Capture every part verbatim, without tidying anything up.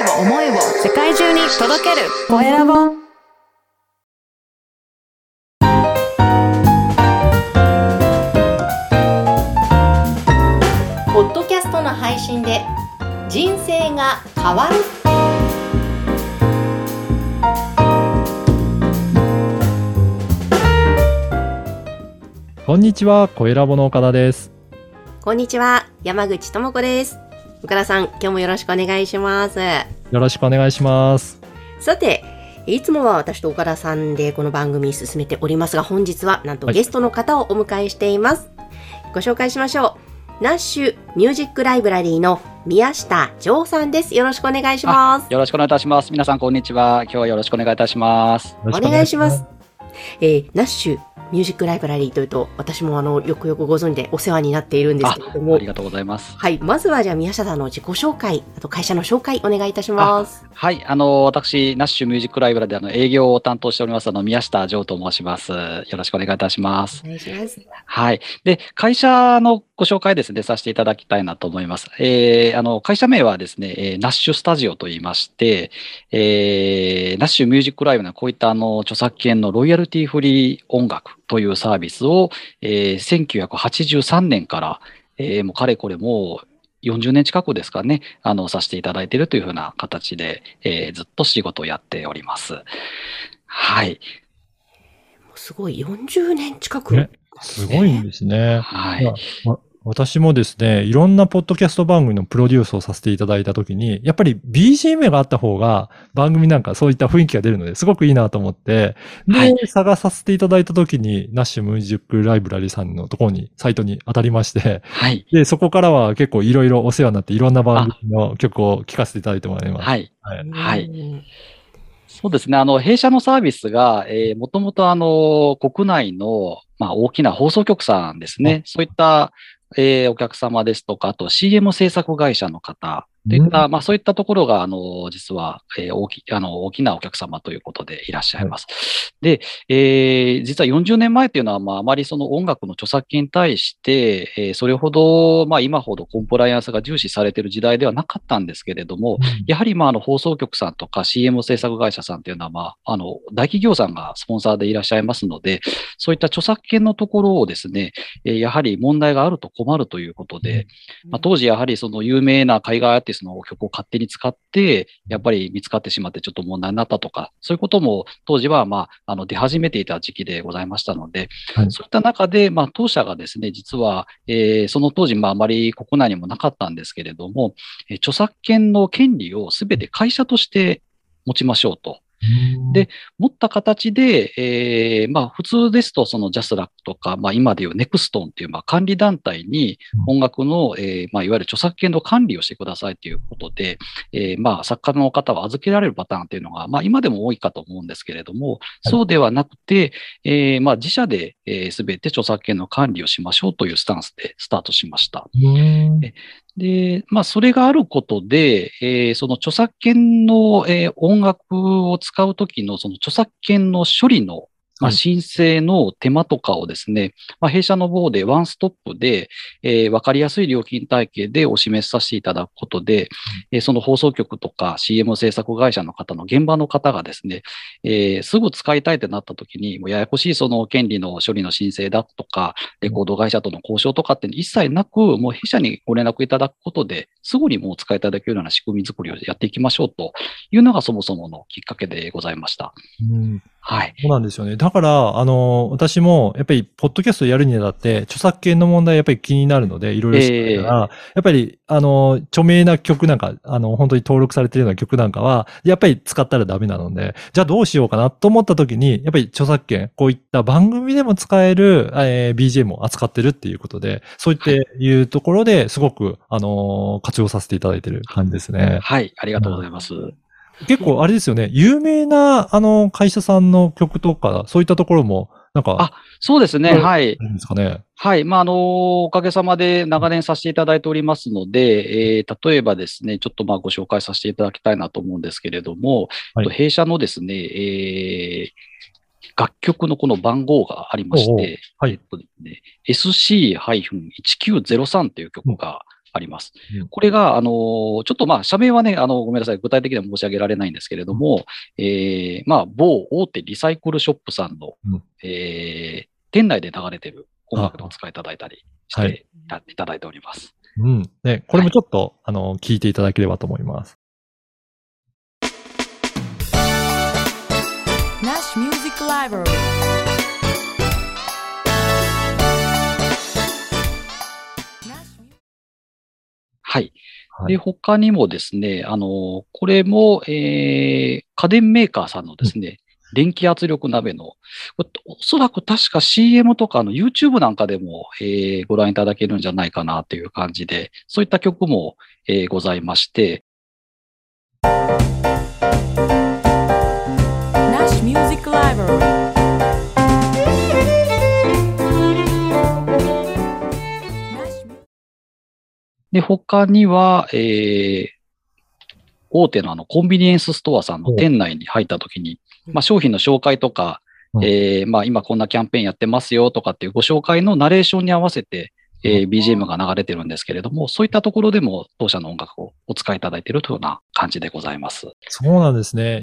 を思いを世界中に届けるコエラボ。ポッドキャストの配信で人生が変わる。 こんにちは、コエラボの岡田です。 こんにちは、山口智子です。岡田さん、今日もよろしくお願いします。 よろしくお願いします。 さて、いつもは私と岡田さんでこの番組進めておりますが、本日はなんとゲストの方をお迎えしています。はい、ご紹介しましょう。ナッシュミュージックライブラリーの宮下丈さんです。よろしくお願いします。 よろしくお願いいたします。皆さんこんにちは。今日はよろしくお願いいたします。 お願いします。えー、ナッシュミュージックライブラリーというと、私もあのよくよくご存知でお世話になっているんですけれども、 あ, ありがとうございます。 はい、まずはじゃあ宮下さんの自己紹介、あと会社の紹介お願いいたします。 はい、あの私ナッシュミュージックライブラリーであの営業を担当しておりますあの宮下丈と申します。よろしくお願いいたします。 お願いします。 はい。で、会社のご紹介ですね、させていただきたいなと思います。えー、あの会社名はですね、えー、ナッシュスタジオと言いまして、えー、ナッシュミュージックライブのこういったあの著作権のロイヤリティフリー音楽というサービスを、えー、せんきゅうひゃくはちじゅうさんねんから、えー、もうかれこれもうよんじゅうねん近くですかね、あのさせていただいているというふうな形で、えー、ずっと仕事をやっております。はい。 すごい、よんじゅうねん近く、 ね、すごいんですね。 はい。 ま私もですね、いろんなポッドキャスト番組のプロデュースをさせていただいたときに、やっぱり ビージーエム があった方が番組なんかそういった雰囲気が出るのですごくいいなと思って、で、はい、探させていただいたときに、ナッシュミュージックライブラリーさんのところに、サイトに当たりまして、 はい、 で、そこからは結構いろいろお世話になって、いろんな番組の曲を聴かせていただいてもらいます。 はい。はい。はい、そうですね。あの、弊社のサービスが、えー、もともとあの、国内の、まあ、大きな放送局さんですね。そういったえー、お客様ですとか、あと シーエム 制作会社の方といった、うん、まあそういったところが、あの、実は、えー、大き、あの、大きなお客様ということでいらっしゃいます。はい、で、えー、実はよんじゅうねんまえっていうのは、まああまりその音楽の著作権に対して、えー、それほど、まあ今ほどコンプライアンスが重視されている時代ではなかったんですけれども、うん、やはりまああの放送局さんとか シーエム 制作会社さんっていうのは、まあ、あの、大企業さんがスポンサーでいらっしゃいますので、そういった著作権のところをですね、えー、やはり問題があると困るということで、まあ、当時やはりその有名な海外アーティストの曲を勝手に使って、やっぱり見つかってしまってちょっと問題になったとか、そういうことも当時はまあ、あの出始めていた時期でございましたので、はい、そういった中で、まあ当社がですね、実は、えー、その当時まああまり国内にもなかったんですけれども、えー、著作権の権利をすべて会社として持ちましょうと。で、持った形で、えー、まあ普通ですとそのジャスラックとか、まあ今でいうネクストンっていうまあ管理団体に音楽の、えー、まあいわゆる著作権の管理をしてくださいということで、えー、まあ作家の方は預けられるパターンっていうのが、まあ今でも多いかと思うんですけれども、そうではなくて、えー、まあ自社ですべて著作権の管理をしましょうというスタンスでスタートしました。で、まあ、それがあることで、えー、その著作権の、えー、音楽を使うときのその著作権の処理の、まあ、申請の手間とかをですね、まあ、弊社の方でワンストップで、えー、わかりやすい料金体系でお示しさせていただくことで、えー、その放送局とか シーエム 制作会社の方の現場の方がですね、えー、すぐ使いたいってなったときに、もうややこしいその権利の処理の申請だとか、レコード会社との交渉とかって一切なく、もう弊社にご連絡いただくことで、すぐにもうお使いいただけるような仕組み作りをやっていきましょうというのがそもそものきっかけでございました。 うん、はい。そうなんですよね。だから、あの、私も、やっぱり、ポッドキャストやるにあたって、著作権の問題やっぱり気になるので、いろいろ知ってたら、えー、やっぱり、あの、著名な曲なんか、あの、本当に登録されているような曲なんかは、やっぱり使ったらダメなので、じゃあどうしようかなと思った時に、やっぱり著作権、こういった番組でも使える、えー、ビージーエム を扱ってるっていうことで、そういっていうところですごく、あの、活用させていただいている感じですね。 はい、ありがとうございます。うん、 結構あれですよね、有名なあの会社さんの曲とか、そういったところも、なんか。 あ、そうですね、はい。 あるんですかね。 はい。まあ、あの、おかげさまで長年させていただいておりますので、えー、例えばですね、ちょっとまあご紹介させていただきたいなと思うんですけれども、はい、弊社のですね、えー、楽曲のこの番号がありまして、おうおう、はい、えっとですね、エスシーいちきゅうゼロさん という曲があります。 うん、 これが、あの、ちょっとまあ、社名はね、あの、ごめんなさい、具体的には申し上げられないんですけれども、うん、えー、まあ、某大手リサイクルショップさんの、うん、えー、店内で流れている音楽でお使いいただいたりしてやっていただいております。 うん。ね、これもちょっと、はい、あの、聞いていただければと思います。 Nash Music Library。 はい。で、他にもですね、あの、これも、えー、家電メーカーさんのですね、うん、電気圧力鍋の、おそらく確か シーエム とかの YouTube なんかでも、えー、ご覧いただけるんじゃないかなという感じで、そういった曲も、えー、ございまして、 Nash Music Library。 で、他には、えー、大手のあのコンビニエンスストアさんの店内に入ったときに、まあ、商品の紹介とか、うん、えー、まあ、今こんなキャンペーンやってますよとかっていうご紹介のナレーションに合わせて、えー、ビージーエム が流れてるんですけれども、そういったところでも当社の音楽をお使いいただいているというような感じでございます。 そうなんですね。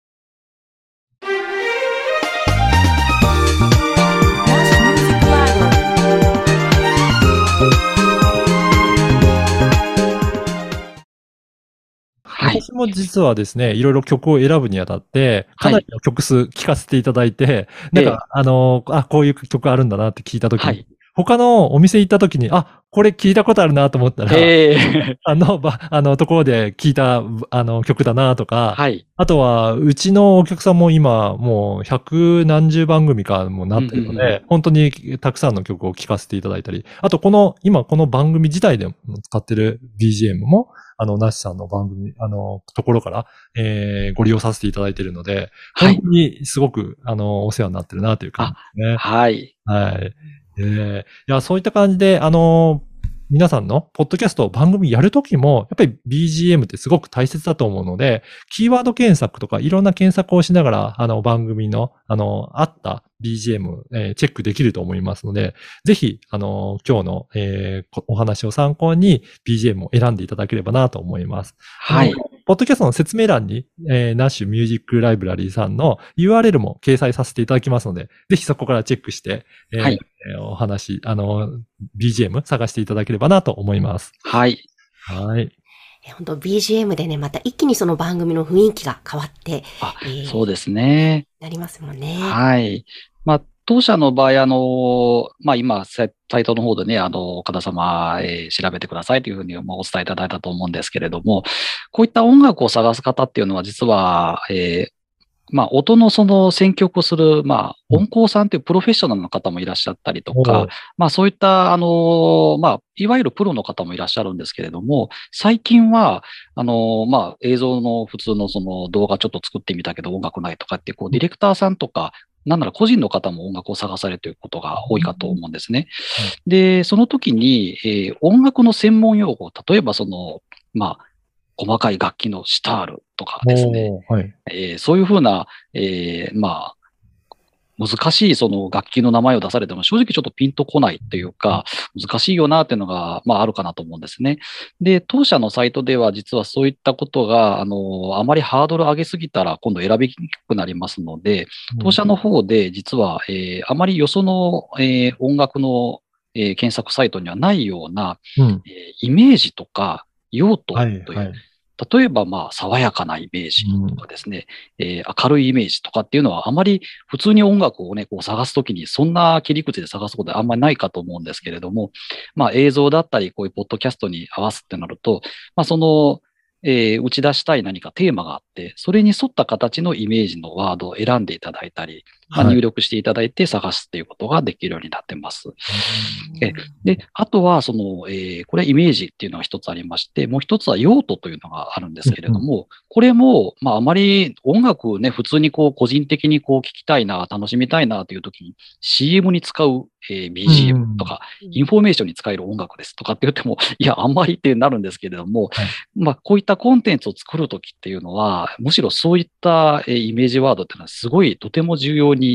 私も実はですね、いろいろ曲を選ぶにあたって、かなりの曲数聴かせていただいて、はい、なんか、ええ、あの、あ、こういう曲あるんだなって聞いたときに、はい、他のお店行ったときに、あ、これ聞いたことあるなと思ったら、えー、あの、ば、あの、ところで聞いた、あの、曲だなとか、はい、あとは、うちのお客さんも今、もう、百何十番組かもなってるので、うんうんうん、本当にたくさんの曲を聴かせていただいたり、あと、この、今この番組自体で使ってる ビージーエム も、あの、ナッシさんの番組、あの、ところから、えー、ご利用させていただいているので、はい、本当にすごく、あの、お世話になってるなという感じですね。 はい。 はい。えー、いや、そういった感じで、あの、皆さんのポッドキャスト番組やるときも、やっぱり ビージーエム ってすごく大切だと思うので、キーワード検索とかいろんな検索をしながら、あの番組の、あの、あった ビージーエム、えー、チェックできると思いますので、ぜひ、あの、今日の、えー、お話を参考に ビージーエム を選んでいただければなと思います。 はい。 ポッドキャストの説明欄に、えー、ナッシュミュージックライブラリーさんの ユーアールエル も掲載させていただきますので、ぜひそこからチェックして、えー、はい、お話、あの、ビージーエム 探していただければなと思います。 はい。 はい。 本当 ビージーエム でね、また一気にその番組の雰囲気が変わって、 あ、えー、そうですね。 なりますもんね。 はい。まあ、当社の場合、あの、まあ、今、サイトの方でね、あの、岡田様、えー、調べてくださいというふうにお伝えいただいたと思うんですけれども、こういった音楽を探す方っていうのは、実は、えー、まあ、音のその選曲をする、まあ、音工さんというプロフェッショナルの方もいらっしゃったりとか、まあ、そういった、あの、まあ、いわゆるプロの方もいらっしゃるんですけれども、最近は、あの、まあ、映像の普通のその動画ちょっと作ってみたけど音楽ないとかって、こう、ディレクターさんとか、なんなら個人の方も音楽を探されていることが多いかと思うんですね。で、その時に、えー、音楽の専門用語、例えばその、まあ、細かい楽器のシタールとかですね。はいえー、そういうふうな、えー、まあ、難しいその楽器の名前を出されても正直ちょっとピンとこないっていうか、難しいよなっていうのが、まああるかなと思うんですね。で、当社のサイトでは実はそういったことが、あの、あまりハードル上げすぎたら今度選びにくくなりますので、当社の方で実は、えー、あまりよその、えー、音楽の、えー、検索サイトにはないような、うんえー、イメージとか用途という、はいはい例えば、まあ、爽やかなイメージとかですね、うんえー、明るいイメージとかっていうのは、あまり普通に音楽をね、こう探すときに、そんな切り口で探すことはあんまりないかと思うんですけれども、まあ、映像だったり、こういうポッドキャストに合わすってなると、まあ、その、えー、打ち出したい何かテーマがあって、それに沿った形のイメージのワードを選んでいただいたり、まあ、入力していただいて探すっていうことができるようになってます。えで、あとは、その、えー、これイメージっていうのが一つありまして、もう一つは用途というのがあるんですけれども、うん、これも、まあ、あまり音楽をね、普通にこう、個人的にこう、聞きたいな、楽しみたいなというときに、シーエム に使う、えー、ビージーエム とか、うん、インフォメーションに使える音楽ですとかって言っても、いや、あんまりってなるんですけれども、はい、まあ、こういったコンテンツを作るときっていうのは、むしろそういったイメージワードっていうのはすごいとても重要に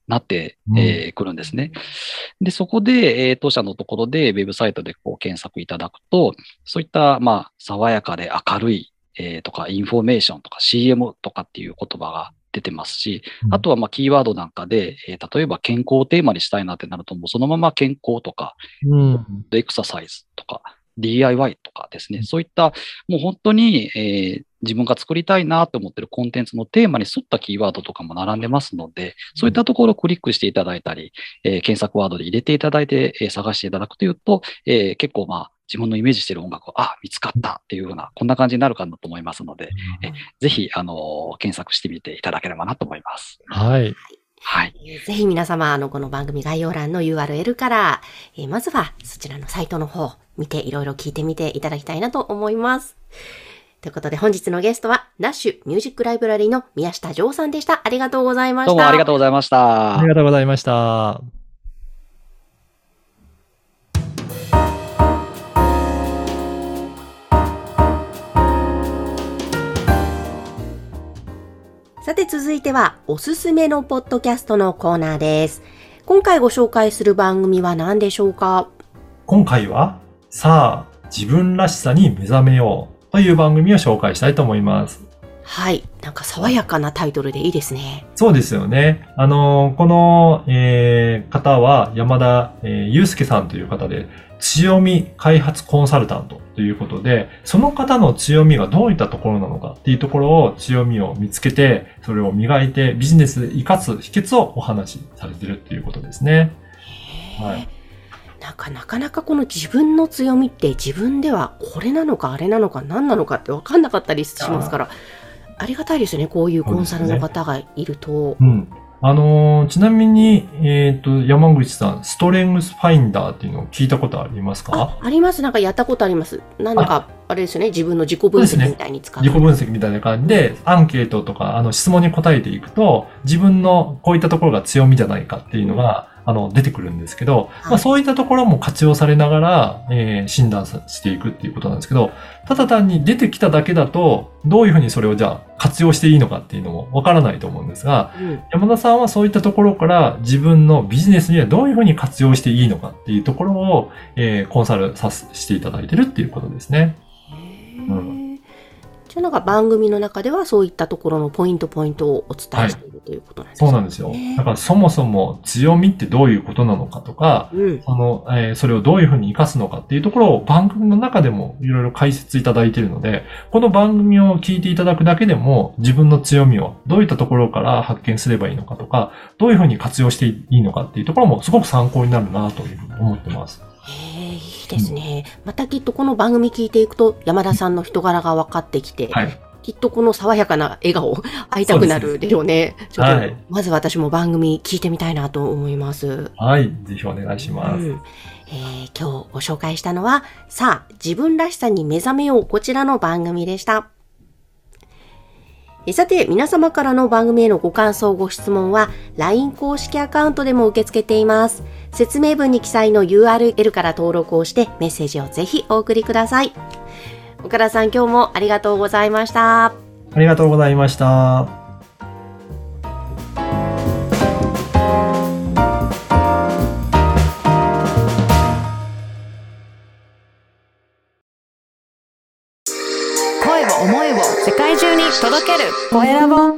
なってく、えー、るんですね。で、そこで、えー、当社のところでウェブサイトでこう検索いただくと、そういった、まあ、爽やかで明るい、えー、とか、インフォメーションとか シーエム とかっていう言葉が出てますし、あとは、まあ、キーワードなんかで、えー、例えば健康をテーマにしたいなってなると、もうそのまま健康とか、うん、エクササイズとか、ディーアイワイ とかですね、そういった、もう本当に、えー、自分が作りたいなと思っているコンテンツのテーマに沿ったキーワードとかも並んでますので、そういったところをクリックしていただいたり、えー、検索ワードで入れていただいて、えー、探していただくというと、えー、結構まあ、自分のイメージしている音楽を、あ、見つかったっていうような、こんな感じになるかなと思いますので、えぜひ、あのー、検索してみていただければなと思います。 はい。 はい。 ぜひ皆様、あの、この番組概要欄の ユーアールエル から、えー、まずはそちらのサイトの方、見ていろいろ聞いてみていただきたいなと思います。ということで本日のゲストは、ナッシュミュージックライブラリーの宮下丈さんでした。ありがとうございました。 どうもありがとうございました。 ありがとうございました。 さて続いては、おすすめのポッドキャストのコーナーです。今回ご紹介する番組は何でしょうか？ 今回は、さあ、自分らしさに目覚めようという番組を紹介したいと思います。 はい。なんか爽やかなタイトルでいいですね。 そうですよね。あの、この、えー、方は山田、えー、祐介さんという方で、強み開発コンサルタントということで、その方の強みがどういったところなのかっていうところを強みを見つけて、それを磨いてビジネスで活かす秘訣をお話しされているっていうことですね。 はい。なんかなかなかこの自分の強みって自分ではこれなのかあれなのか何なのかって分かんなかったりしますから、ありがたいですよね。こういうコンサルの方がいると。 うん。あのー、ちなみに、えっと、山口さん、ストレングスファインダーっていうのを聞いたことありますか？ あ、あります。なんかやったことあります。なんか、あれですよね。自分の自己分析みたいに使う。 自己分析みたいな感じで、アンケートとか、あの、質問に答えていくと、自分のこういったところが強みじゃないかっていうのが、あの、出てくるんですけど、はい、まあ、そういったところも活用されながら、えー、診断していくっていうことなんですけど、ただ単に出てきただけだと、どういうふうにそれをじゃあ活用していいのかっていうのもわからないと思うんですが、うん、山田さんはそういったところから自分のビジネスにはどういうふうに活用していいのかっていうところを、えー、コンサルさせしていただいてるっていうことですね。 うん、じゃあなんか番組の中ではそういったところのポイントポイントをお伝えしている、はい、ということなんですね。 そうなんですよ。だからそもそも強みってどういうことなのかとか、うん、そのえー、それをどういうふうに活かすのかっていうところを番組の中でもいろいろ解説いただいているので、この番組を聞いていただくだけでも自分の強みをどういったところから発見すればいいのかとか、どういうふうに活用していいのかっていうところもすごく参考になるなというふうに思ってます。 へえ、いいですね、うん。またきっとこの番組聞いていくと山田さんの人柄が分かってきて、はい、きっとこの爽やかな笑顔会いたくなるでしょうね。ちょっと、はい、まず私も番組聞いてみたいなと思います。 はい、ぜひお願いします。うん、 えー、今日ご紹介したのは、さあ自分らしさに目覚めよう、こちらの番組でした。さて、皆様からの番組へのご感想、ご質問は ライン 公式アカウントでも受け付けています。説明文に記載の ユーアールエル から登録をしてメッセージをぜひお送りください。岡田さん、今日もありがとうございました。 ありがとうございました。 声を思いを世界中に届けるコエラボ。